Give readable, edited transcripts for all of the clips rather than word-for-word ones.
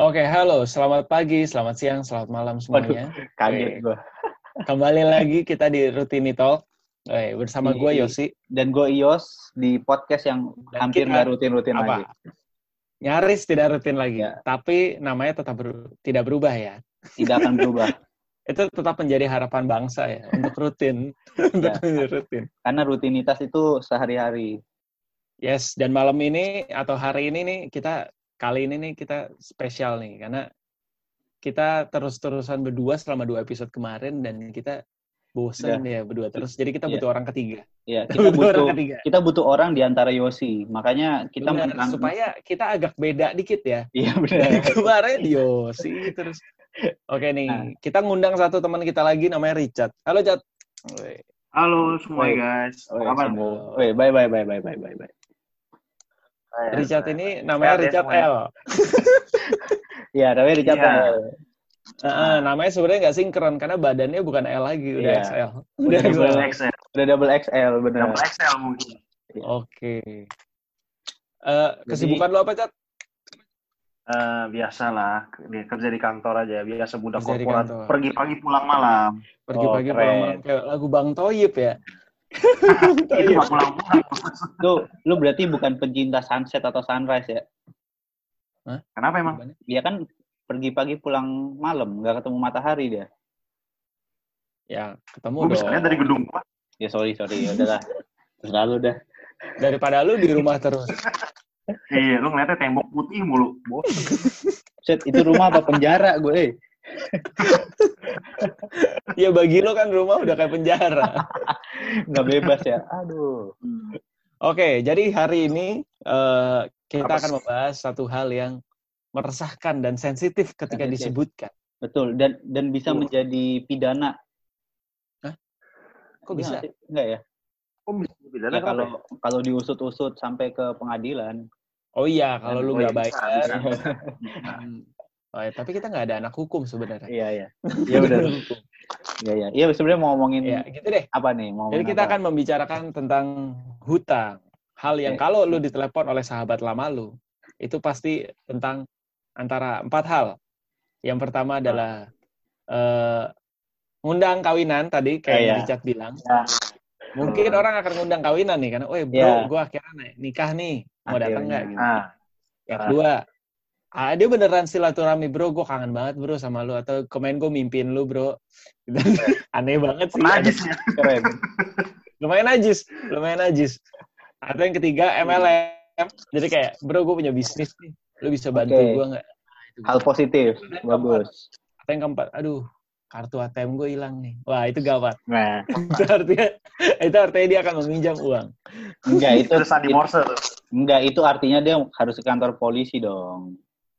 Oke, halo, selamat pagi, selamat siang, selamat malam semuanya. Waduh, kaget gue. Kembali lagi kita di Rutini Talk bersama gue Yosi. Dan gue Ios di podcast yang Dan hampir kita nggak rutin-rutin lagi. nyaris tidak rutin lagi, Ya. tapi namanya tetap tidak berubah ya. Tidak akan berubah. Itu tetap menjadi harapan bangsa ya untuk rutin, Ya. rutin. Karena rutinitas itu sehari-hari. Yes, dan malam ini atau hari ini nih kali ini kita spesial nih karena kita terus-terusan berdua selama 2 episode kemarin dan kita bosen ya berdua terus. Jadi kita butuh orang ketiga. Iya, kita butuh orang di antara Yosi. Makanya kita supaya kita agak beda dikit ya. Iya benar. Dari kemarin Yosi terus. Oke nih, kita ngundang satu teman kita lagi namanya Richard. Halo Chat. Halo semuanya guys. Apa? Bye. Richard ini namanya Richard L. Iya, namanya Richard L. Namanya sebenarnya nggak sinkron karena badannya bukan L lagi, udah XL. Udah double XL, benar. Double XL mungkin. Oke. Kesibukan lo apa, Cat? Biasalah, kerja di kantor aja. Biasa budak Kerja di korporat. kantor. Pergi pagi pulang malam. Pergi-pagi pulang malam kayak lagu Bang Toyib ya. Itu nggak pulang-pulang. Lu berarti bukan pencinta sunset atau sunrise ya? Hah? Kenapa emang? Dia kan pergi pagi pulang malam, nggak ketemu matahari dia. Ya, ketemu Gue bisa lihat dari gedung gua. Ya sorry, udahlah. Terserah lu dah. Daripada lu di rumah terus. Iya, lu ngeliatnya tembok putih mulu. Set, itu rumah apa penjara gue? Ya bagi lo kan rumah udah kayak penjara. Nggak bebas ya. Aduh. Oke, jadi hari ini kita akan membahas satu hal yang meresahkan dan sensitif ketika disebutkan. Betul, dan bisa menjadi pidana. Hah? Kok bisa? Enggak ya? Kok bisa pidana? Kalau diusut-usut sampai ke pengadilan. Oh iya, kalau lu nggak bayar. Bisa. Tapi kita nggak ada anak hukum sebenarnya. Iya. Iya benar. Iya sebenarnya mau ngomongin gitu deh. Apa nih? Jadi kita akan membicarakan tentang hutang. Hal yang kalau lu ditelepon oleh sahabat lama lu, itu pasti tentang antara 4 hal. Yang pertama adalah ngundang kawinan tadi kayak Richard bilang. Ya. Mungkin orang akan ngundang kawinan nih karena, bro, gue akhirnya nikah nih, mau datang nggak? Gitu. Yang kedua, dia beneran silaturahmi, bro, gue kangen banget bro sama lu, atau kemarin gue mimpin lu bro. Aneh banget sih. Najis ya. Keren. Lumayan najis. Atau yang ketiga, MLM. Jadi kayak, bro, gue punya bisnis nih, lu bisa bantu gue nggak? Hal positif, bagus. Atau yang keempat, aduh, kartu ATM gue hilang nih. Wah, itu gawat. Nah, itu artinya dia akan meminjam uang. Enggak, itu Sandi Morse. Enggak, itu artinya dia harus ke kantor polisi dong.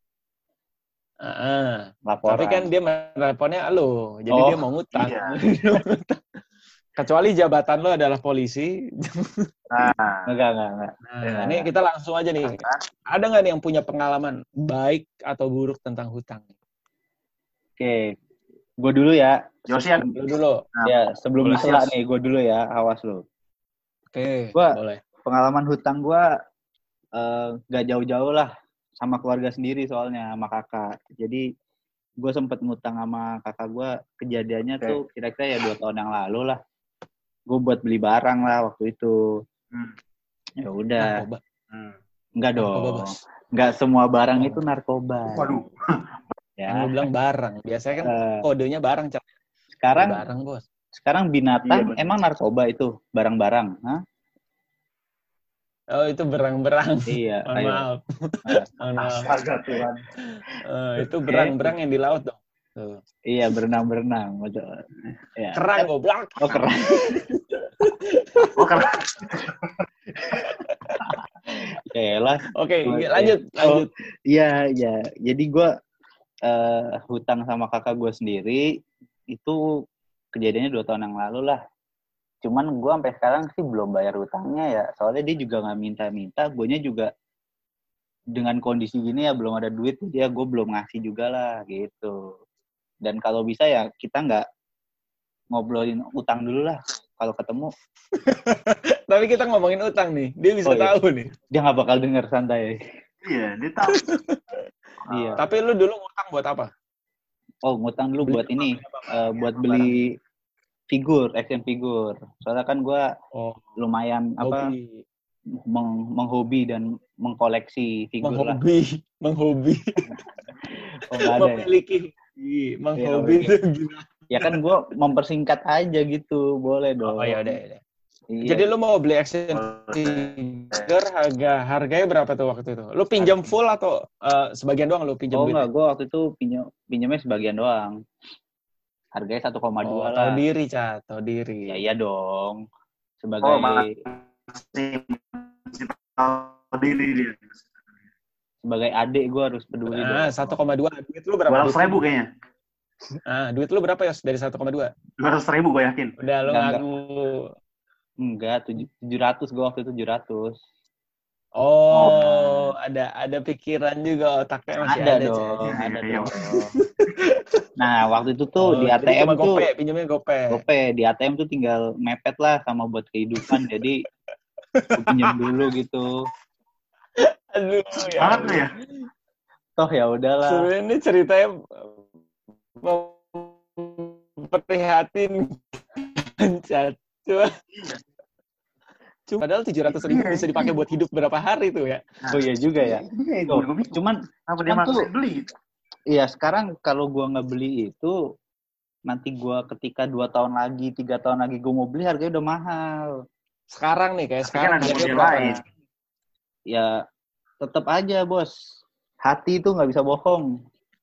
Laporan. Tapi kan dia menelponnya lo, jadi dia mau ngutang. Iya. Kecuali jabatan lo adalah polisi. Enggak. Nah, ini kita langsung aja nih. Ada nggak nih yang punya pengalaman baik atau buruk tentang hutang? Oke. Gue dulu ya. Yosian dulu. Ya, sebelum disela nih, gue dulu ya. Awas lo. Oke, boleh. Pengalaman hutang gue gak jauh-jauh lah. Sama keluarga sendiri soalnya, sama kakak. Jadi, gue sempet ngutang sama kakak gue. Kejadiannya tuh kira-kira ya 2 tahun yang lalu lah. Gue buat beli barang lah waktu itu. Ya udah. Enggak dong. Enggak semua barang itu narkoba. Waduh. Ya. Lu bilang barang. Biasanya kan kodenya barang. Sekarang barang, Bos. Sekarang binatang emang narkoba itu? Barang-barang? Hah? Oh, itu berang-berang. Iya. Maaf. Astaga Tuhan. Itu berang-berang yang di laut dong. Tuh. Iya, berenang-berenang. Ya. Kerang, goblok. Oh, kerang. Yaelah. Oke, lanjut. Iya. Jadi gue hutang sama kakak gue sendiri itu kejadiannya 2 tahun yang lalu lah. Cuman gue sampai sekarang sih belum bayar hutangnya ya. Soalnya dia juga nggak minta-minta. Guenya juga dengan kondisi gini ya belum ada duit. Dia gue belum ngasih juga lah gitu. Dan kalau bisa ya kita nggak ngobrolin utang dulu lah kalau ketemu. Tapi kita ngomongin utang nih. Dia bisa tahu nih. Dia nggak bakal denger, santai. Iya, dia tahu. Iya. Tapi lu dulu ngutang buat apa? Oh, ngutang dulu buat ini, buat beli action figure. Soalnya kan gue lumayan menghobi dan mengkoleksi figur lah. Menghobi. Oh, nggak ada memiliki menghobi itu gimana? Ya kan gue mempersingkat aja gitu, boleh dong. Oh ya udah. Iya. Jadi lu mau beli action figure harganya berapa tuh waktu itu? Lu pinjam full atau sebagian doang lu pinjam? Oh enggak, gue waktu itu pinjamnya sebagian doang. Harganya 1,2 lah. Tahu diri, Cat. Tahu diri. Ya iya dong. Sebagai masih tahu diri dia. Sebagai adik gue harus peduli dong. 1,2. Duit lu berapa? 200.000 kayaknya. Duit lu berapa, Yos, dari 1,2? 200.000 gue yakin. Udah lu ngaku. Enggak, 700 gue waktu itu 700. Ada pikiran juga, otaknya masih ada dong. Ada dong. Nah, waktu itu tuh di ATM tuh pinjamnya GoPay. Di ATM tuh tinggal mepet lah sama buat kehidupan. Jadi pinjam dulu gitu. Aduh, ya. Toh ya udahlah. Sebenarnya ini ceritanya memprihatin. Cuma padahal 700.000 bisa dipakai buat hidup berapa hari tuh ya. Oh iya juga ya. Cuman apa dia masih beli? Iya, sekarang kalau gue nggak beli itu, nanti gue ketika 2 tahun lagi, 3 tahun lagi gue mau beli, harganya udah mahal. Sekarang nih, kayak sekarang. Ya, tetap aja, bos. Hati itu nggak bisa bohong.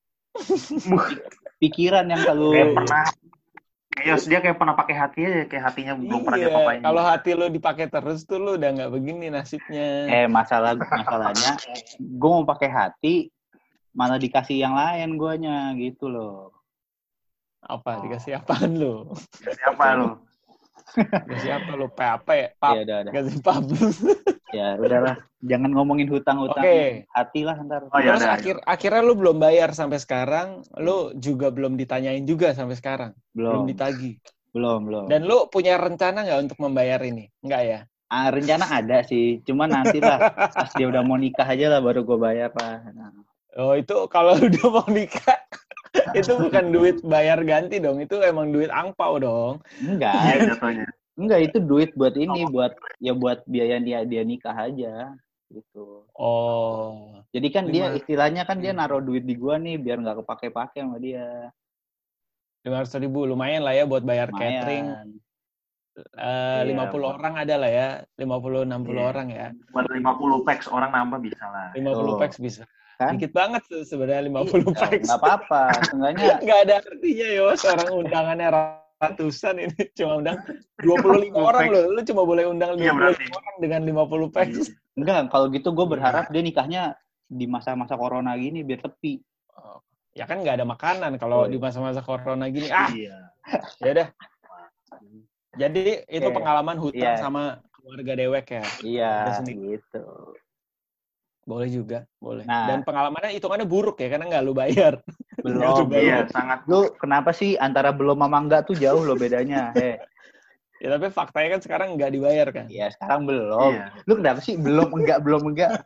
Pikiran yang selalu... Dia kayak pernah pakai hati aja, kayak hatinya belum pernah diapa-apain. Kalau hati lo dipakai terus tuh lo udah nggak begini nasibnya. Masalahnya, gue mau pakai hati, malah dikasih yang lain guanya gitu loh. Apa? Dikasih apaan lo? Dikasih apa lo? Dikasih apa lo? PAP ya? Pap? Ya, udah. Dikasih pap. Ya udahlah, jangan ngomongin hutang-hutang. Hati lah ntar. Terus akhirnya lu belum bayar sampai sekarang, lu juga belum ditanyain juga sampai sekarang. Belum ditagih. Belum. Dan lu punya rencana nggak untuk membayar ini? Nggak ya? Rencana ada sih, cuman nanti lah pas dia udah mau nikah aja lah baru gue bayar lah. Oh itu kalau udah mau nikah itu bukan duit bayar ganti dong, itu emang duit angpau dong. Enggak, enggak, itu duit buat ini, buat biaya dia nikah aja gitu. Oh. Jadi kan dia istilahnya kan dia naruh duit di gua nih biar nggak kepake-pake sama dia. 500.000 lumayan lah ya buat bayar catering. 50 orang ada lah ya, 50-60 orang ya. Buat 50 packs orang nambah bisa lah. 50 packs bisa. Kan? Dikit banget tuh sebenarnya 50 packs. Nggak apa-apa, seenggaknya. Nggak ada artinya Yos, orang undangannya ratusan, ini cuma undang 25 orang loh. Lu cuma boleh undang 25 orang dengan 50 packs. Enggak, kalau gitu gue berharap dia nikahnya di masa-masa corona gini biar sepi. Ya kan nggak ada makanan kalau di masa-masa corona gini. Iya. Ya udah. Jadi itu pengalaman hutang sama keluarga dewek ya? Iya, gitu. Boleh juga, boleh. Nah, dan pengalamannya hitungannya buruk ya, karena nggak lu bayar. Belum. Iya, sangat. Lu kenapa sih antara belum sama enggak tuh jauh loh bedanya? Ya tapi faktanya kan sekarang nggak dibayar kan? Iya, sekarang belum. Iya. Lu kenapa sih belum enggak?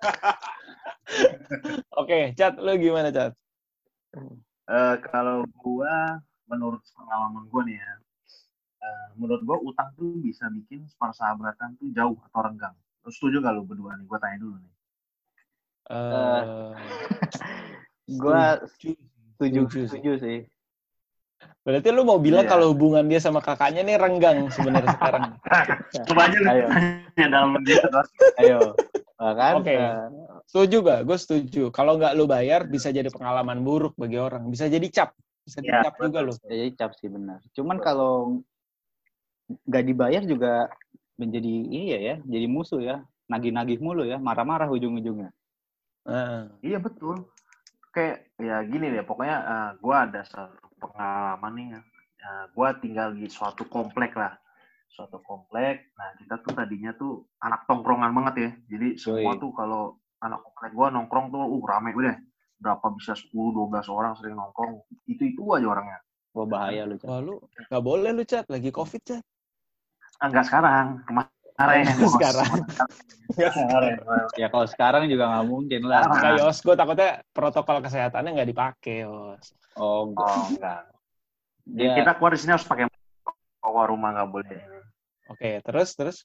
Oke, Cat, lu gimana, Cat? Kalau gua, menurut pengalaman gua nih ya, menurut gua utang tuh bisa bikin persahabatan tuh jauh atau renggang. Lu setuju gak lu berdua nih? Gua tanya dulu nih. Gua setuju sih. Berarti lu mau bilang kalau hubungan dia sama kakaknya nih renggang sebenarnya sekarang. Coba aja ya dalam dia. Ayo. Kan? Oke. Setuju gak? Gue setuju. Kalau nggak lu bayar bisa jadi pengalaman buruk bagi orang. Bisa jadi cap. Bisa dicap juga lu. Bisa jadi cap sih benar. Cuman kalau nggak dibayar juga menjadi jadi musuh ya. Nagih-nagih mulu ya. Marah-marah ujung-ujungnya. Iya betul. Kayak ya gini deh, pokoknya gue ada satu pengalaman nih. Gue tinggal di suatu komplek lah. Suatu komplek. Nah kita tuh tadinya tuh anak tongkrongan banget ya. Jadi semua tuh kalau anak komplek gue nongkrong tuh rame udah. Berapa bisa 10-12 orang sering nongkrong. Itu aja orangnya. Wah bahaya lu, Cat. Wah lu gak boleh lu, Cat. Lagi COVID, Cat. Enggak sekarang. sekarang. Ya kalau sekarang juga nggak mungkin lah. Kayak Yos, gue takutnya protokol kesehatannya nggak dipakai, Yos. Oh enggak. Ya. Kita keluar di sini harus pakai keluar rumah, nggak boleh. Oke, terus.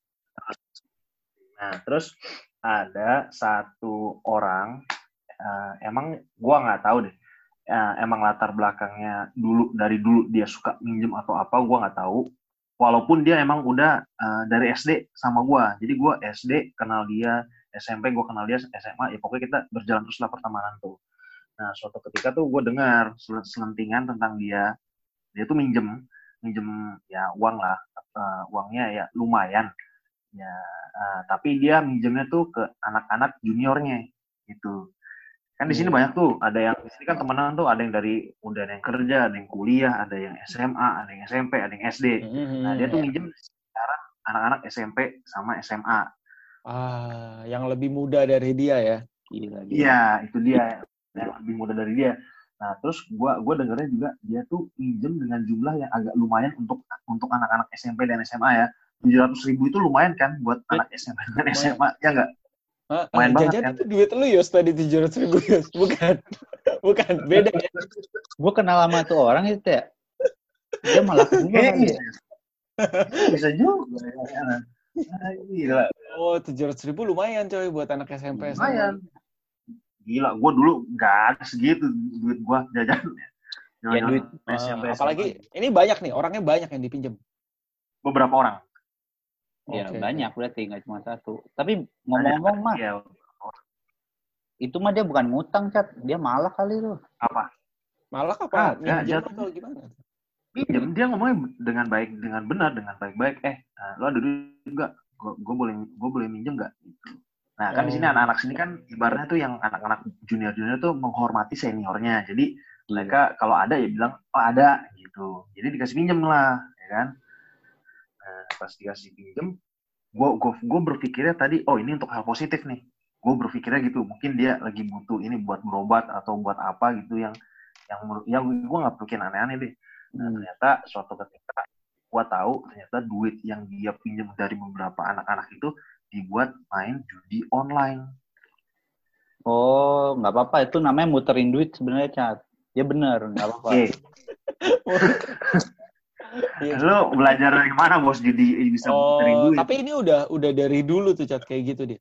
Nah, terus ada satu orang, emang gue nggak tahu deh, emang latar belakangnya dari dulu dia suka minjem atau apa, gue nggak tahu. Walaupun dia emang udah dari SD sama gue, jadi gue SD kenal dia, SMP gue kenal dia, SMA, ya pokoknya kita berjalan terus lah pertemanan tuh. Nah, suatu ketika tuh gue dengar selentingan tentang dia tuh minjem ya uang lah, uangnya ya lumayan ya, tapi dia minjemnya tuh ke anak-anak juniornya gitu. Kan di sini banyak tuh, ada yang di sini kan temenan tuh, ada yang dari udah ada yang kerja, ada yang kuliah, ada yang SMA, ada yang SMP, ada yang SD. Nah, dia tuh minjem sekarang anak-anak SMP sama SMA. Yang lebih muda dari dia ya? Iya, itu dia yang lebih muda dari dia. Nah, terus gue dengarnya juga dia tuh minjem dengan jumlah yang agak lumayan untuk anak-anak SMP dan SMA ya. 700.000 itu lumayan kan buat anak SMP dan SMA, ya nggak? Lumayan banget kan? Itu duit lu Yos tadi 700.000 Yos, bukan beda ya. Gue kenal sama tuh orang itu ya. Dia malah kedua kali ya. Bisa juga. Gila. Oh, 700.000 lumayan coy buat anak SMP. Lumayan. Gila, gue dulu nggak ada segitu duit gue jajan. Ya duit. Apalagi ini banyak nih, orangnya banyak yang dipinjam. Beberapa orang. Ya banyak berarti, nggak cuma satu. Tapi ngomong-ngomong mah, itu mah dia bukan ngutang, Cat. Dia malah kali tuh. Apa? Malah apa? Atau gimana? Dia ngomongnya dengan baik, dengan benar, dengan baik-baik. Lo ada duit nggak? Gue boleh minjem nggak? Nah, kan di sini anak-anak sini kan ibaratnya tuh yang anak-anak junior-junior tuh menghormati seniornya. Jadi mereka kalau ada ya bilang, oh ada gitu. Jadi dikasih pinjem lah, ya kan? Nah, pas dikasih pinjem, gue berpikirnya tadi, oh ini untuk hal positif nih. Gue berpikirnya gitu, mungkin dia lagi butuh ini buat berobat atau buat apa gitu yang gue nggak bikin aneh-aneh deh. Nah, ternyata suatu ketika gue tahu ternyata duit yang dia pinjam dari beberapa anak-anak itu dibuat main judi online. Oh, nggak apa-apa, itu namanya muterin duit sebenarnya, Cat. Dia bener, nggak apa-apa. Lo belajar dari mana bos judi bisa muterin duit? Tapi ini udah dari dulu tuh, Cat, kayak gitu dia.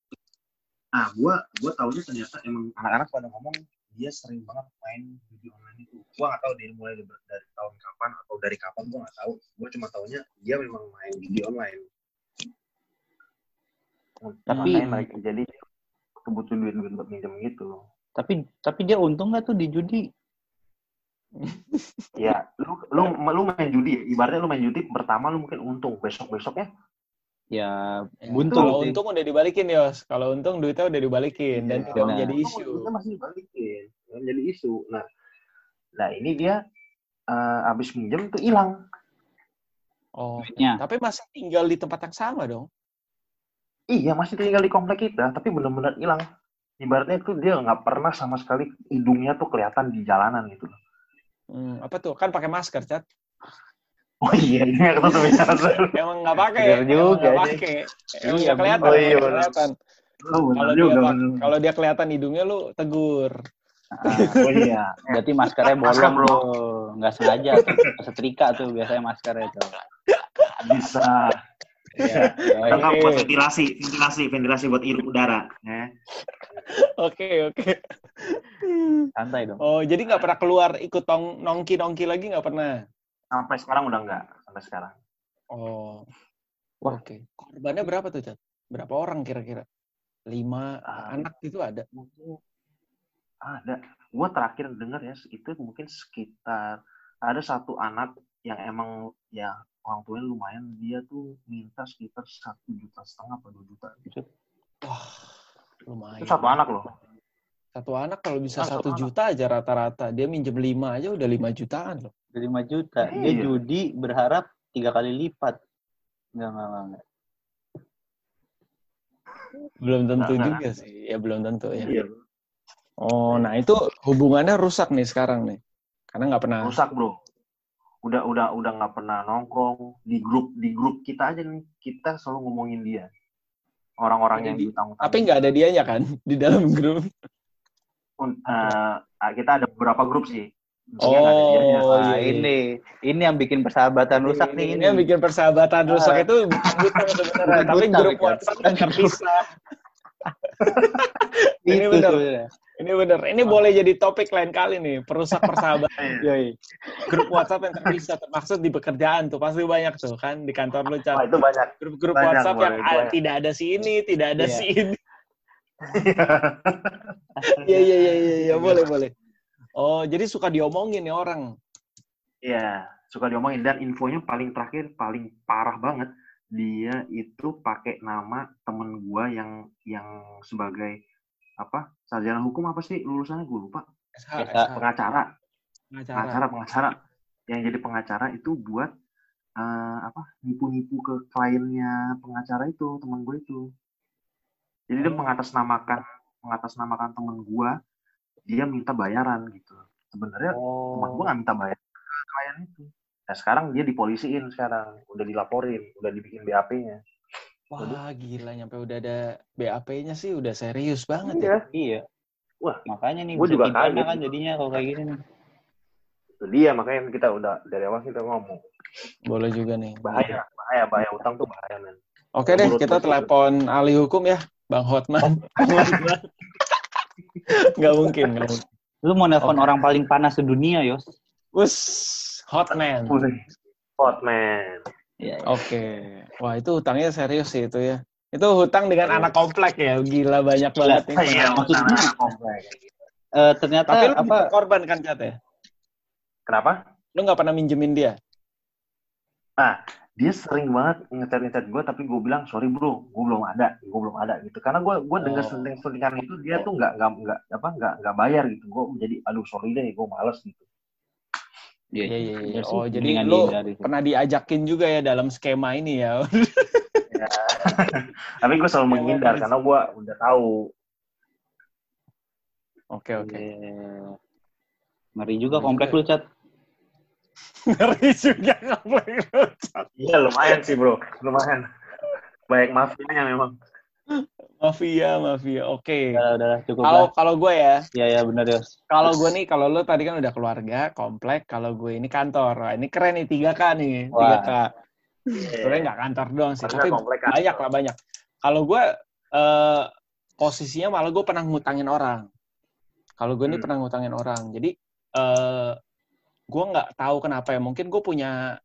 Gue taunya ternyata emang anak-anak pada ngomong dia sering banget main judi online itu. Gue nggak tahu dia mulai dari tahun kapan atau dari kapan, gue nggak tahu. Gue cuma taunya dia memang main judi online. Tapi jadi kebutuhan duit buat minjem gitu. Tapi dia untung nggak tuh di judi? Ya, lu main judi ya. Ibaratnya lu main judi pertama lu mungkin untung, besoknya ya buntung. Kalau untung udah dibalikin, Yos. Kalau untung duitnya udah dibalikin dan tidak menjadi isu. Duitnya masih dibalikin, menjadi isu. Nah ini dia habis minjem tuh hilang. Oh, duitnya. Tapi masih tinggal di tempat yang sama dong. Iya, masih tinggal di komplek kita, tapi benar-benar hilang. Ibaratnya itu dia nggak pernah sama sekali hidungnya tuh kelihatan di jalanan gitu. Apa tuh? Kan pakai masker, Cat. Oh iya, ini nggak ketemu bicara. Emang nggak pakai. Nggak pakai. Emang nggak kelihatan. Kalau dia kelihatan hidungnya, lu tegur. Oh iya. Berarti maskernya bolong, bro. Nggak sengaja. Setrika tuh biasanya maskernya itu. Bisa. Ya, buat ventilasi buat hirup udara. Oke. Santai dong. Oh, jadi nggak pernah keluar ikut nongki lagi, nggak pernah? Sampai sekarang udah nggak, sampai sekarang. Oh, oke. Korbannya berapa tuh, Cat? Berapa orang kira-kira? 5 anak itu ada? Ada. Gua terakhir dengar ya, itu mungkin sekitar ada satu anak yang emang ya orang tuanya lumayan, dia tuh minta sekitar 1,5 juta atau 2 juta gitu. Wah, lumayan. Itu satu anak loh. Satu anak kalau bisa 1 juta aja rata-rata. Dia minjem 5 aja udah 5 jutaan loh. Udah 5 juta. Dia judi berharap 3 kali lipat. Enggak. Belum tentu juga sih. Ya belum tentu ya. Iya. Oh, nah itu hubungannya rusak nih sekarang nih. Karena nggak pernah. Rusak, bro. udah nggak pernah nongkrong di grup kita aja nih, kita selalu ngomongin dia, orang-orang yang diutang-utang. Tapi nggak ada dianya kan di dalam grup. Kita ada beberapa grup sih. Ini yang bikin persahabatan rusak nih. Ini yang bikin persahabatan rusak itu bukan hutang sebenarnya, tapi grup WhatsApp yang terpisah. Ini benar. Ini benar. Ini boleh jadi topik lain kali nih, perusak persahabatan. Grup WhatsApp yang terpisah, termaksud di pekerjaan tuh pasti banyak tuh kan di kantor lu, Chan. Itu banyak. Grup WhatsApp yang tidak ada si ini, tidak ada si ini. Iya, boleh. Oh, jadi suka diomongin nih orang. Iya, suka diomongin, dan infonya paling terakhir, paling parah banget, dia itu pakai nama temen gua yang sebagai sarjana hukum apa sih lulusannya, gue lupa. Pengacara. Yang jadi pengacara itu buat nipu-nipu ke kliennya pengacara itu, temen gue itu. Jadi dia mengatasnamakan temen gue, dia minta bayaran gitu. Sebenarnya temen gue nggak minta bayaran ke klien itu. Nah sekarang dia dipolisiin, udah dilaporin, udah dibikin BAP-nya. Wah gila, nyampe udah ada BAP-nya sih, udah serius banget ya. Iya. Wah makanya nih, gue juga kaget kan jadinya kalau kayak gini nih. Itu dia, makanya kita udah dari awal kita ngomong. Boleh juga nih. Bahaya utang tuh bahaya, men. Oke deh, kita telepon ahli hukum ya, Bang Hotman. Nggak mungkin. Lu mau nelfon orang paling panas sedunia, Yos? Hotman. Ya. Oke. Wah, itu hutangnya serius sih itu ya. Itu hutang dengan anak komplek ya. Gila, banyak banget ini. Iya, maksudnya anak komplek. Ternyata tapi lu korban kan, Cat ya? Kenapa? Lu nggak pernah minjemin dia? Dia sering banget ngecat gue, tapi gue bilang sorry bro, gue belum ada gitu. Karena gue dengar senting-sentingan itu, dia tuh nggak bayar gitu. Gue menjadi aduh sorry deh, gue males gitu. Iya. Oh, jadi lu pernah diajakin juga ya dalam skema ini ya? Ya. Tapi gue selalu menghindar karena gue udah tahu. Oke. Ngeri juga komplek lu, Cat. Ngeri juga komplek lu, Cat. Iya, lumayan sih, bro. Lumayan. Banyak mafianya memang. Mafia. Oke. Udah cukup. Kalau gue ya. Iya, benar, Yos. Kalau gue nih, kalau lu tadi kan udah keluarga, komplek. Kalau gue ini kantor. Wah, ini keren nih, 3K nih. 3K. Sebenarnya nggak kantor doang sih, tapi banyak. Kalau gue posisinya malah gue pernah ngutangin orang. Kalau gue ini pernah ngutangin orang. Jadi gue nggak tahu kenapa ya. Mungkin gue punya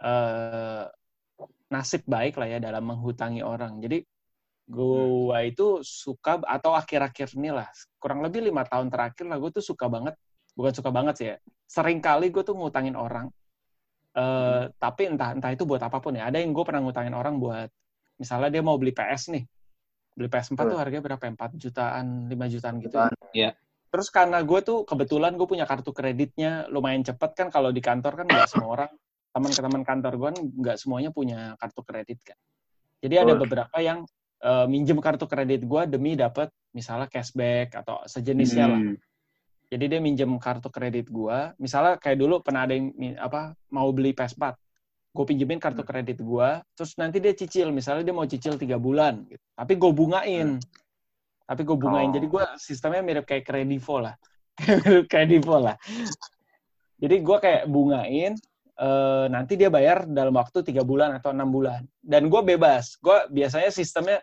nasib baik lah ya dalam menghutangi orang. Jadi gue itu suka, atau akhir-akhir ini lah, kurang lebih 5 tahun terakhir lah, gue tuh suka banget, bukan suka banget sih ya, sering kali gue tuh ngutangin orang, tapi entah itu buat apapun ya. Ada yang gue pernah ngutangin orang buat, misalnya dia mau beli PS nih, beli PS4 tuh harganya berapa? 4 jutaan, 5 jutaan gitu ya. Terus karena gue tuh kebetulan gue punya kartu kreditnya lumayan cepet kan, kalau di kantor kan nggak semua orang, teman-teman kantor gue kan nggak semuanya punya kartu kredit kan. Jadi ada beberapa yang minjem kartu kredit gue demi dapat misalnya cashback atau sejenisnya lah. Jadi dia minjem kartu kredit gue, misalnya kayak dulu pernah ada yang mau beli PS4, gue pinjemin kartu kredit gue, terus nanti dia cicil, misalnya dia mau cicil 3 bulan, gitu. Tapi gue bungain. Jadi gue sistemnya mirip kayak Kredivo lah. Jadi gue kayak bungain, nanti dia bayar dalam waktu 3 bulan atau 6 bulan. Dan gue bebas. Gue biasanya sistemnya,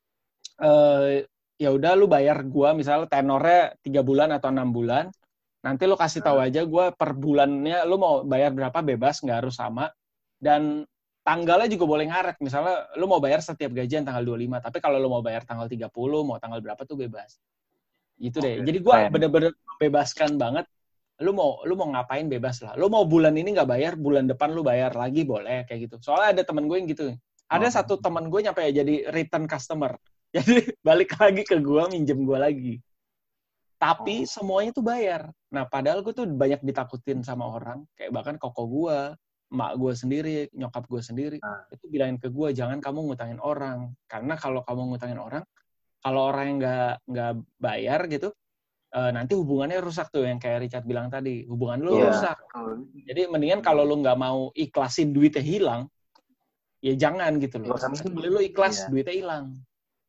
ya udah lu bayar gue misalnya tenornya 3 bulan atau 6 bulan. Nanti lu kasih tahu aja gue per bulannya lu mau bayar berapa, bebas, nggak harus sama. Dan tanggalnya juga boleh ngaret. Misalnya lu mau bayar setiap gajian tanggal 25, tapi kalau lu mau bayar tanggal 30, mau tanggal berapa tuh bebas. Gitu deh. Jadi gue bener-bener membebaskan banget. Lu mau ngapain bebas lah. Lu mau bulan ini nggak bayar, bulan depan lu bayar lagi boleh kayak gitu. Soalnya ada temen gue yang gitu. Ada satu temen gue nyampe jadi return customer. Jadi balik lagi ke gue, minjem gue lagi. Tapi semuanya tuh bayar. Nah padahal gue tuh banyak ditakutin sama orang. Kayak bahkan koko gue, emak gue sendiri, nyokap gue sendiri. Itu bilangin ke gue, jangan kamu ngutangin orang. Karena kalau kamu ngutangin orang, kalau orang yang nggak bayar gitu, nanti hubungannya rusak tuh yang kayak Richard bilang tadi. Hubungan lu rusak. Jadi mendingan kalau lu nggak mau ikhlasin duitnya hilang, ya jangan gitu loh. Boleh lu ikhlas, duitnya hilang.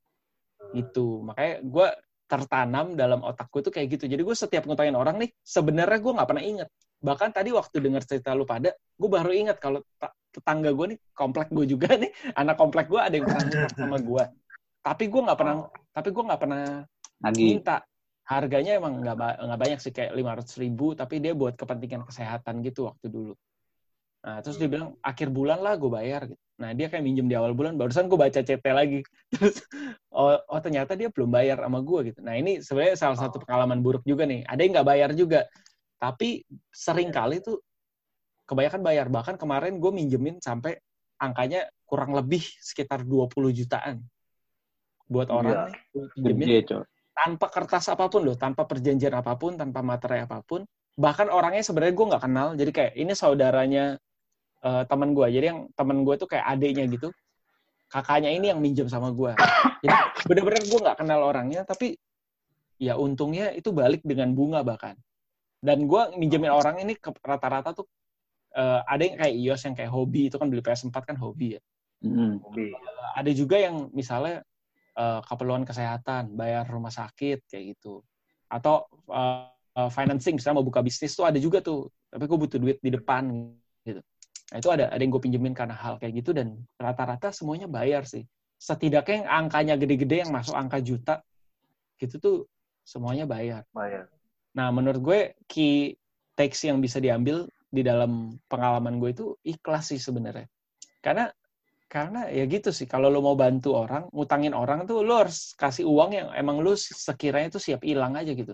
Gitu. Makanya gue tertanam dalam otak gue tuh kayak gitu. Jadi gue setiap ngutangin orang nih, sebenarnya gue nggak pernah inget. Bahkan tadi waktu dengar cerita lu pada, gue baru ingat kalau tetangga gue nih, komplek gue juga nih, anak komplek gue ada yang pernah ngutang sama gue. Tapi gue nggak pernah minta. Harganya emang nggak banyak sih, kayak 500.000, tapi dia buat kepentingan kesehatan gitu waktu dulu. Nah, terus dia bilang, akhir bulan lah gue bayar. Gitu. Nah, dia kayak minjem di awal bulan, barusan gue baca CT lagi. Terus, oh ternyata dia belum bayar sama gue gitu. Nah, ini sebenarnya salah satu pengalaman buruk juga nih. Ada yang nggak bayar juga. Tapi sering kali tuh kebanyakan bayar. Bahkan kemarin gue minjemin sampai angkanya kurang lebih sekitar 20 jutaan. Buat orang nih, minjemin tanpa kertas apapun loh, tanpa perjanjian apapun, tanpa materai apapun. Bahkan orangnya sebenarnya gue nggak kenal. Jadi kayak ini saudaranya teman gue. Jadi yang teman gue tuh kayak adiknya gitu. Kakaknya ini yang minjem sama gue. Jadi bener-bener gue nggak kenal orangnya, tapi ya untungnya itu balik dengan bunga bahkan. Dan gue minjemin orang ini ke rata-rata tuh ada yang kayak Ios yang kayak hobi, itu kan beli PS4 kan hobi ya. Hobi. Ada juga yang misalnya keperluan kesehatan, bayar rumah sakit kayak gitu. Atau financing, misalnya mau buka bisnis tuh ada juga tuh. Tapi gue butuh duit di depan gitu. Nah itu ada yang gue pinjemin karena hal kayak gitu dan rata-rata semuanya bayar sih. Setidaknya yang angkanya gede-gede yang masuk angka juta gitu tuh semuanya bayar. Nah menurut gue key takes yang bisa diambil di dalam pengalaman gue itu ikhlas sih sebenarnya. Karena ya gitu sih, kalau lo mau bantu orang, ngutangin orang tuh lo harus kasih uang yang emang lo sekiranya tuh siap hilang aja gitu.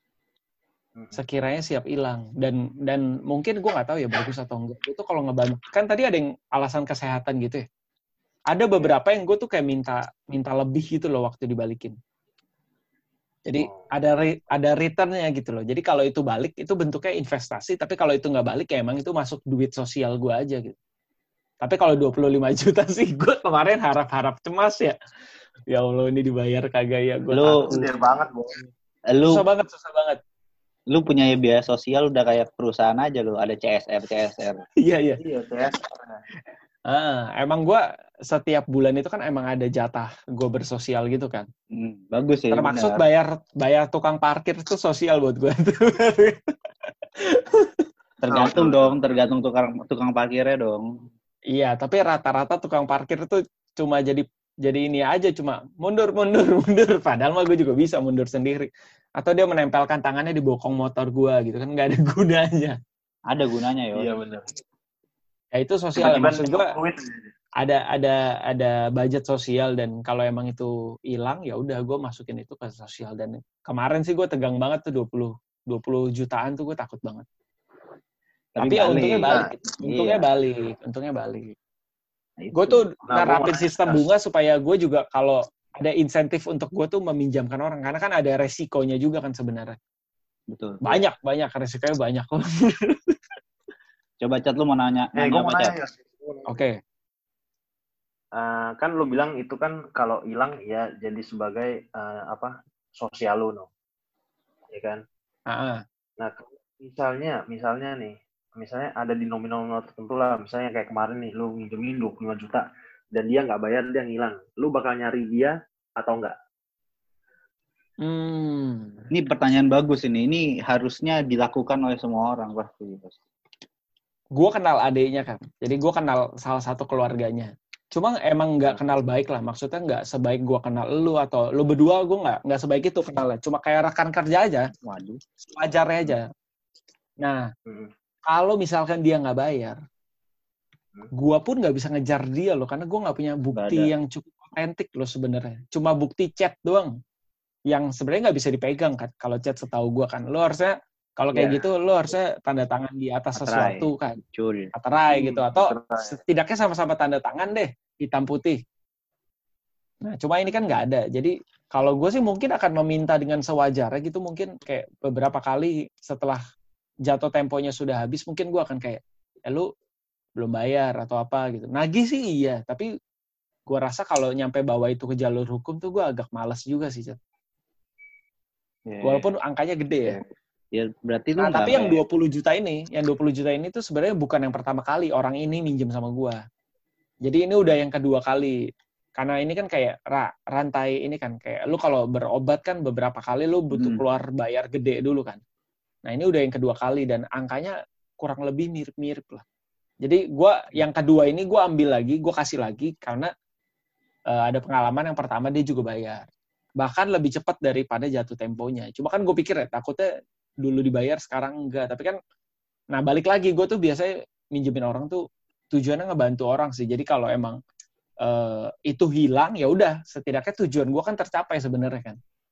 Sekiranya siap hilang. Dan mungkin gue nggak tahu ya bagus atau enggak. Itu kalau ngebantu, kan tadi ada yang alasan kesehatan gitu ya. Ada beberapa yang gue tuh kayak minta lebih gitu loh waktu dibalikin. Jadi ada returnnya gitu loh. Jadi kalau itu balik, itu bentuknya investasi. Tapi kalau itu nggak balik, ya emang itu masuk duit sosial gue aja gitu. Tapi kalau 25 juta sih, gue kemarin harap-harap cemas ya. Ya Allah, ini dibayar kagak ya? Gue takut banget, Bro. Susah banget. Lu punya biaya sosial udah kayak perusahaan aja lu, ada CSR. Iya, CSR. Emang gue setiap bulan itu kan emang ada jatah gue bersosial gitu kan. Bagus ya. Termaksud bayar tukang parkir itu sosial buat gue. Tergantung tukang parkirnya dong. Iya, tapi rata-rata tukang parkir itu cuma jadi ini aja, cuma mundur. Padahal mah gue juga bisa mundur sendiri. Atau dia menempelkan tangannya di bokong motor gue gitu kan, nggak ada gunanya. Ada gunanya ya. Iya benar. Ya itu sosial. Maksud gue ada budget sosial dan kalau emang itu hilang ya udah gue masukin itu ke sosial. Dan kemarin sih gue tegang banget tuh 20 jutaan tuh gue takut banget. Tapi ya untungnya balik. Gue tuh nerapin sistem bunga supaya gue juga kalau ada insentif untuk gue tuh meminjamkan orang. Karena kan ada resikonya juga kan sebenarnya. Betul. Banyak. Resikonya banyak. Coba Cat, lu mau nanya apa, Cat? Oke. Kan lu bilang itu kan kalau hilang ya jadi sebagai sosial lu, no. Ya kan? Nah, misalnya ada di nominal tertentu lah, misalnya kayak kemarin nih, lu minjemin 25 juta, dan dia nggak bayar, dia ngilang. Lu bakal nyari dia atau enggak? Ini pertanyaan bagus ini. Ini harusnya dilakukan oleh semua orang pasti. Gue kenal adiknya kan, jadi gue kenal salah satu keluarganya. Cuma emang nggak kenal baik lah, maksudnya nggak sebaik gue kenal lu atau lu berdua, gue nggak sebaik itu kenalnya. Cuma kayak rekan kerja aja, wajarnya aja. Nah, kalau misalkan dia nggak bayar, gue pun nggak bisa ngejar dia loh, karena gue nggak punya bukti yang cukup otentik loh sebenarnya. Cuma bukti chat doang, yang sebenarnya nggak bisa dipegang kan. Kalau chat setahu gue kan, lo harusnya kalau kayak gitu, lo harusnya tanda tangan di atas sesuatu kan, materai gitu, atau setidaknya sama-sama tanda tangan deh, hitam putih. Nah, cuma ini kan nggak ada. Jadi kalau gue sih mungkin akan meminta dengan sewajarnya gitu, mungkin kayak beberapa kali setelah jatuh temponya sudah habis, mungkin gue akan kayak, lu belum bayar atau apa gitu. Nagih sih iya, tapi gue rasa kalau nyampe bawa itu ke jalur hukum tuh gue agak malas juga sih, Chat. Walaupun angkanya gede ya. Ya berarti lu tapi yang 20 juta ini tuh sebenarnya bukan yang pertama kali orang ini minjem sama gua. Jadi ini udah yang kedua kali. Karena ini kan kayak rantai ini kan kayak lu kalau berobat kan beberapa kali lu butuh keluar bayar gede dulu kan. Nah, ini udah yang kedua kali dan angkanya kurang lebih mirip-mirip lah. Jadi gua yang kedua ini gua ambil lagi, gua kasih lagi karena ada pengalaman yang pertama dia juga bayar. Bahkan lebih cepat daripada jatuh temponya. Cuma kan gue pikir ya takutnya dulu dibayar sekarang enggak. Tapi kan nah balik lagi gue tuh biasanya minjemin orang tuh tujuannya ngebantu orang sih. Jadi kalau emang itu hilang ya udah setidaknya tujuan gue kan tercapai sebenarnya kan.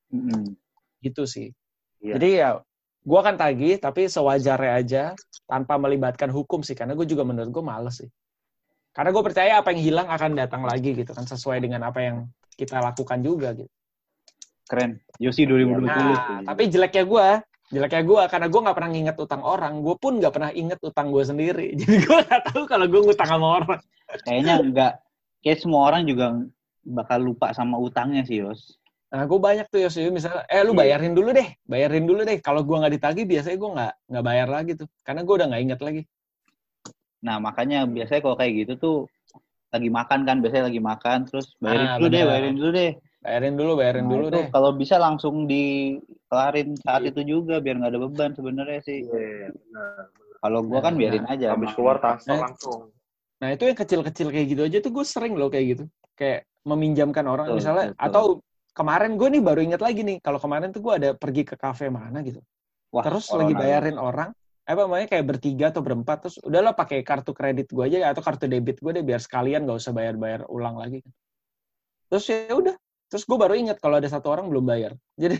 Gitu sih. Jadi ya gue akan tagih tapi sewajarnya aja tanpa melibatkan hukum sih karena gue juga menurut gue males sih. Karena gue percaya apa yang hilang akan datang lagi gitu kan sesuai dengan apa yang kita lakukan juga gitu. Keren. Yosi 2020. Nah, tapi jeleknya gue karena gue nggak pernah nginget utang orang, gue pun nggak pernah inget utang gue sendiri. Jadi gue nggak tahu kalau gue ngutang sama orang. Kayaknya enggak. Kayak semua orang juga bakal lupa sama utangnya sih, Yos. Nah, gue banyak tuh Yos, misalnya, lu bayarin dulu deh. Kalau gue nggak ditagih, biasanya gue nggak bayar lagi tuh, karena gue udah nggak inget lagi. Nah, makanya biasanya kalau kayak gitu tuh lagi makan kan, biasanya lagi makan terus bayarin dulu deh. Bayarin dulu deh. Kalau bisa langsung dikelarin saat itu juga biar nggak ada beban sebenarnya sih. Iya, benar. Kalau gue kan biarin aja. Habis keluar transfer langsung. Nah, itu yang kecil-kecil kayak gitu aja tuh gue sering loh kayak gitu. Kayak meminjamkan orang misalnya atau kemarin gue nih baru inget lagi nih, kalau kemarin tuh gue ada pergi ke kafe mana gitu. Wah, terus lagi bayarin orang, namanya kayak bertiga atau berempat, terus udahlah pakai kartu kredit gue aja atau kartu debit gue deh biar sekalian nggak usah bayar ulang lagi. Terus ya udah, terus gue baru ingat kalau ada satu orang belum bayar. Jadi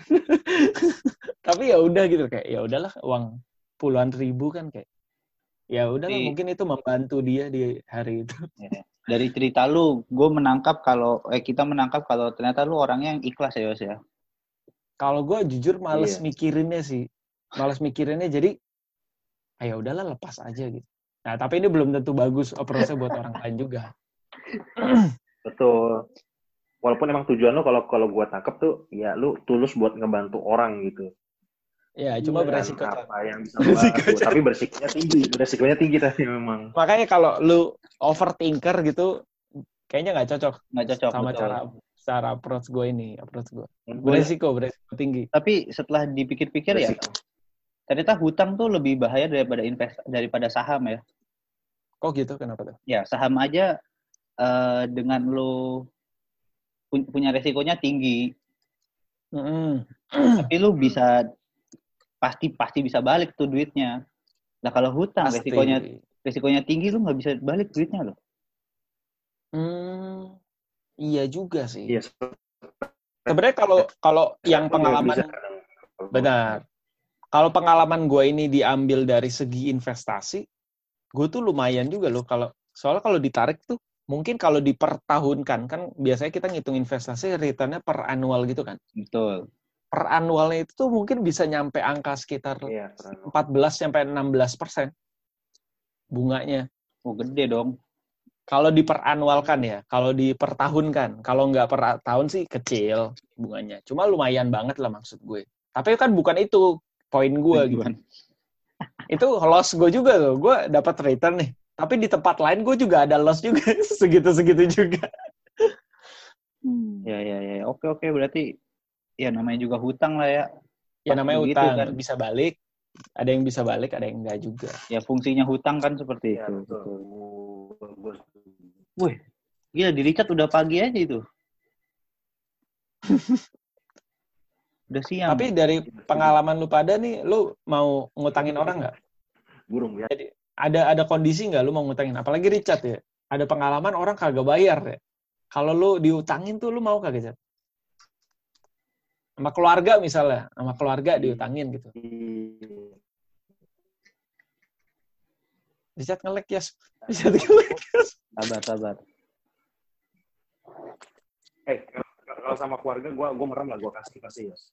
tapi ya udah gitu kayak ya udahlah uang puluhan ribu kan kayak ya udahlah mungkin itu membantu dia di hari itu. Dari cerita lu, kita menangkap kalau ternyata lu orangnya yang ikhlas ya Yos ya. Kalau gue jujur males mikirinnya sih. Males mikirinnya jadi ya udahlah lepas aja gitu. Nah, tapi ini belum tentu bagus approach-nya buat orang lain juga. Betul. Walaupun emang tujuan lu kalau gue tangkep tuh ya lu tulus buat ngebantu orang gitu. Ya, cuma beresiko. Apa yang bisa membantu, tapi beresikonya tinggi tapi memang. Makanya kalau lu overthinker gitu kayaknya nggak cocok sama betul. cara approach gue. Beresiko tinggi. Tapi setelah dipikir-pikir ya, ternyata hutang tuh lebih bahaya daripada saham ya. Kok gitu? Kenapa tuh? Ya, saham aja dengan lu punya resikonya tinggi. Tapi lu bisa pasti bisa balik tuh duitnya. Nah kalau hutang resikonya tinggi, lu nggak bisa balik duitnya loh. Iya juga sih. Iya. Sebenarnya kalau yang pengalaman benar. Kalau pengalaman gue ini diambil dari segi investasi, gue tuh lumayan juga loh. Soalnya kalau ditarik tuh, mungkin kalau dipertahunkan kan biasanya kita ngitung investasi returnnya per annual gitu kan. Betul. Per annualnya itu tuh mungkin bisa nyampe angka sekitar 14-16% bunganya. Oh gede dong. Kalau diperannualkan ya, kalau dipertahunkan. Kalau nggak per tahun sih kecil bunganya. Cuma lumayan banget lah maksud gue. Tapi kan bukan itu poin gue gitu. Itu loss gue juga loh. Gue dapat return nih. Tapi di tempat lain gue juga ada loss juga. Segitu-segitu juga. Ya. Oke. Berarti ya namanya juga hutang lah ya. Ya namanya hutang. Kan. Bisa balik. Ada yang bisa balik, ada yang enggak juga. Ya fungsinya hutang kan seperti itu. Betul. Wih, gila di Richard udah pagi aja itu. Udah siang. Tapi dari pengalaman lu pada nih, lu mau ngutangin orang nggak? Burung ya. Jadi ada kondisi nggak lu mau ngutangin? Apalagi Richard ya. Ada pengalaman orang kagak bayar ya. Kalau lu diutangin tuh lu mau kagak, Richard? Sama keluarga misalnya, diutangin gitu. Richard nge-lag ya. Sabar. Kalau sama keluarga gue merem lah, gue kasih ya.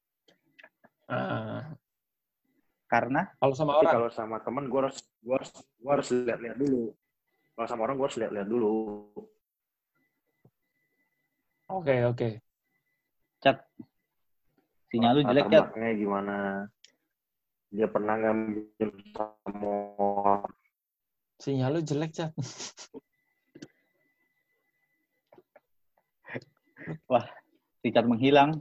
Karena kalau sama orang, kalau sama teman gue harus lihat dulu. Kalau sama orang gue harus lihat dulu. Oke. Cat, Sinyal lu jelek, Cat. Gimana? Dia pernah ngambil sama... Sinyal lu jelek, Cat. Wah, si Cat menghilang.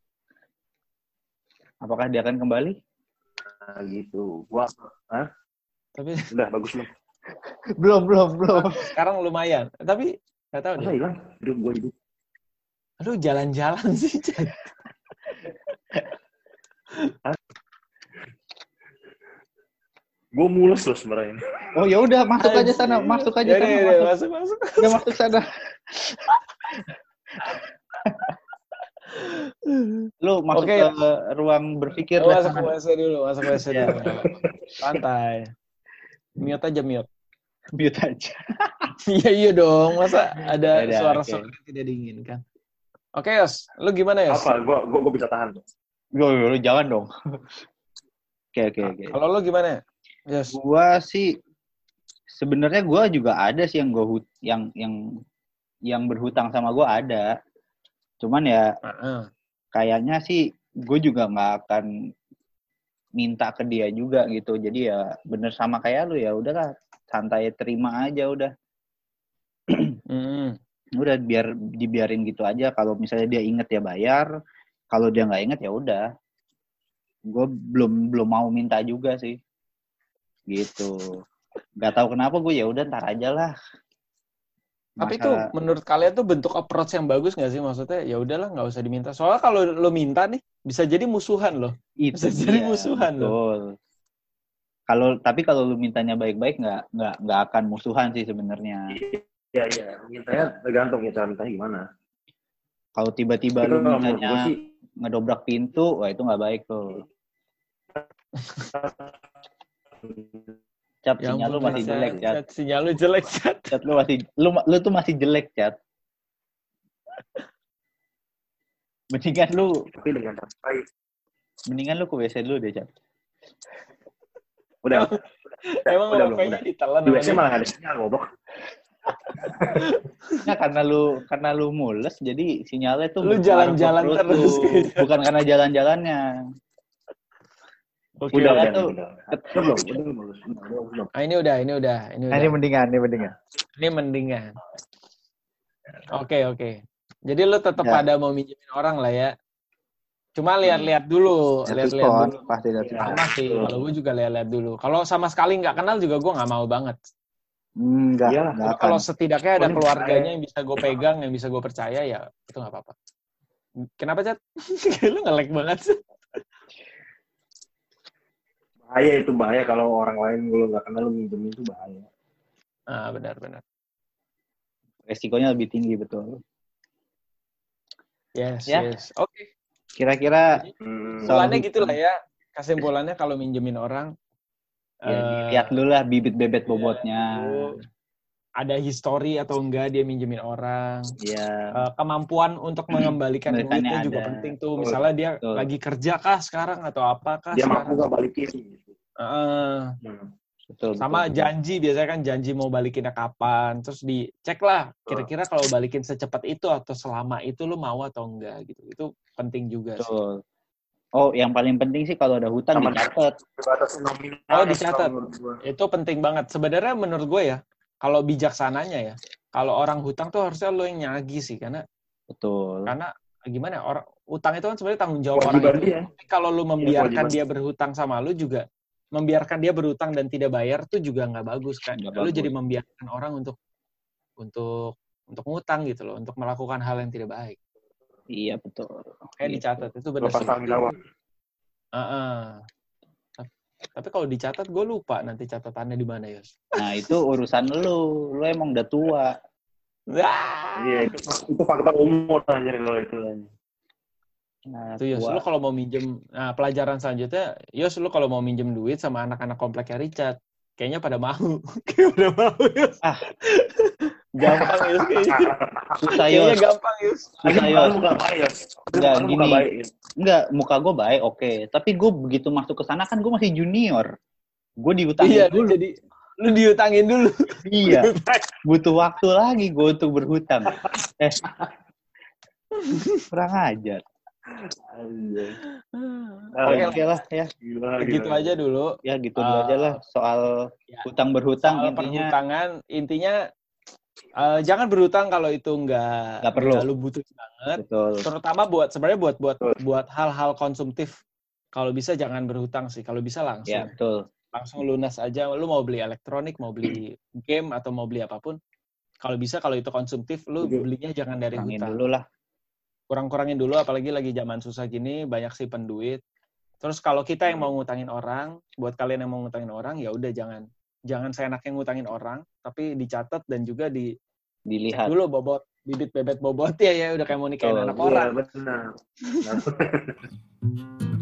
Apakah dia akan kembali? Nah, gitu. Gua, Tapi udah bagus loh. Belum. Sekarang lumayan. Tapi nggak tahu deh. Hilang? Gue hidup. Aduh, jalan-jalan sih, Cat. Gue mules loh sebenarnya. Oh ya udah, masuk aja sana, masuk aja sana. Masuk. Udah masuk sana. Lu masuk ke ruang berpikir. Masuk ke WC dulu. Santai. Mute aja. Mute aja. Iya dong, masa ada suara-suara yang tidak diinginkan. Oke, Yos. Lu gimana, Yos? Apa? Gue bisa tahan. Lu jangan dong. Oke. Kalau lu gimana? Yes. Gua sih sebenarnya gua juga ada sih yang berhutang sama gua ada. Cuman ya kayaknya sih gue juga nggak akan minta ke dia juga gitu. Jadi ya bener sama kayak lu, ya udahlah, santai, terima aja udah. Udah dibiarin gitu aja. Kalau misalnya dia inget ya bayar. Kalau dia nggak inget ya udah. Gue belum mau minta juga sih. Gitu. Nggak tahu kenapa gue ya udah ntar aja lah. Tapi itu menurut kalian tuh bentuk approach yang bagus nggak sih? Maksudnya ya udahlah, nggak usah diminta. Soalnya kalau lo minta nih bisa jadi musuhan loh. Bisa jadi musuhan loh. Tapi kalau lu mintanya baik-baik nggak akan musuhan sih sebenarnya. Iya. Mintanya tergantung ya cara mintanya gimana. Kalau tiba-tiba lu mintanya ngedobrak pintu, wah itu nggak baik tuh. Cat, sinyal lu masih jelek, Cat. Sinyal lu jelek, Cat. Cat lu tuh masih jelek, Cat. Mendingan lu ke WC dulu deh, Cat. Udah. Emang udah ditelan. Di WC malah ada sinyal, goblok. Nah, karena lu mules, jadi sinyalnya tuh lu jalan-jalan terus. Bukan karena jalan-jalannya. Udah. Ini udah. Ini mendingan. Ini mendingan. Oke. Jadi lu tetap ada mau minjemin orang lah ya. Cuma lihat-lihat dulu. Pasti lihat. Sama sih. Kalau gue juga lihat-lihat dulu. Kalau sama sekali nggak kenal juga gue nggak mau banget. Enggak. Kalau setidaknya ada keluarganya yang bisa gue pegang, yang bisa gue percaya, ya itu nggak apa-apa. Kenapa, Cat? Lu nge-lag banget sih. Bahaya kalau orang lain lu nggak kenal lu minjemin itu bahaya. Benar. Resikonya lebih tinggi, betul. Yes. Oke. Kira-kira kesimpulannya gitulah ya. Kesimpulannya kalau minjemin orang, lihat dulu lah bibit bebet bobotnya. Ada histori atau enggak dia minjemin orang. Iya. Kemampuan untuk mengembalikan duitnya juga penting tuh. Misalnya dia lagi kerja kah sekarang atau apa kah? Dia mampu nggak balikin. Betul. Janji, biasanya kan janji mau balikinnya kapan. Terus dicek lah kira-kira kalau balikin secepat itu atau selama itu lu mau atau enggak gitu. Itu penting juga sih. Oh, yang paling penting sih kalau ada hutang dicatat. Dicatat. Itu penting banget. Sebenarnya menurut gue ya, kalau bijaksananya ya, kalau orang hutang tuh harusnya lo yang nyagi sih, karena betul. Karena gimana? Utang itu kan sebenarnya tanggung jawab orang itu. Kalau lo membiarkan dia berhutang sama lo juga, membiarkan dia berhutang dan tidak bayar tuh juga nggak bagus kan. Lo jadi membiarkan orang untuk ngutang gitu loh, untuk melakukan hal yang tidak baik. Iya betul. Kayak dicatat itu benar sih. Tapi kalau dicatat gue lupa nanti catatannya di mana, Yos. Nah itu urusan lu emang udah tua. Iya itu faktor umur aja kalau itu. Nah, tuh Yos, lu kalau mau minjem, pelajaran selanjutnya, Yos, lu kalau mau minjem duit sama anak-anak kompleknya Richard, kayaknya pada mau. Yos. Gampang, Yos, kayaknya. Susah, Yos. Kayaknya gampang, Yos. Susah, Yos. Enggak, muka gue baik, oke. Tapi gue begitu masuk ke sana kan gue masih junior. Gue diutangin dulu. Jadi, lu diutangin dulu. Iya. Butuh waktu lagi gue untuk berhutang. Kurang ajar. Oke lah ya. Begitu aja dulu. Ya gitu dulu aja lah soal hutang berhutang. Soal perhutangan intinya jangan berhutang kalau itu nggak perlu. Lu butuh banget. Betul. Terutama buat hal-hal konsumtif. Kalau bisa jangan berhutang sih. Kalau bisa langsung. Ya, betul. Langsung lunas aja. Lu mau beli elektronik, mau beli game atau mau beli apapun. Kalau bisa kalau itu konsumtif, lu belinya jangan dari hutang. Dulu lah. Kurang-kurangin dulu, apalagi lagi zaman susah gini, banyak simpen duit. Terus kalau kita yang mau ngutangin orang, buat kalian yang mau ngutangin orang, ya udah jangan seenaknya ngutangin orang, tapi dicatat dan juga dilihat dulu bibit bebet bobotnya ya, udah kayak mau nikahin anak orang. Iya, benar.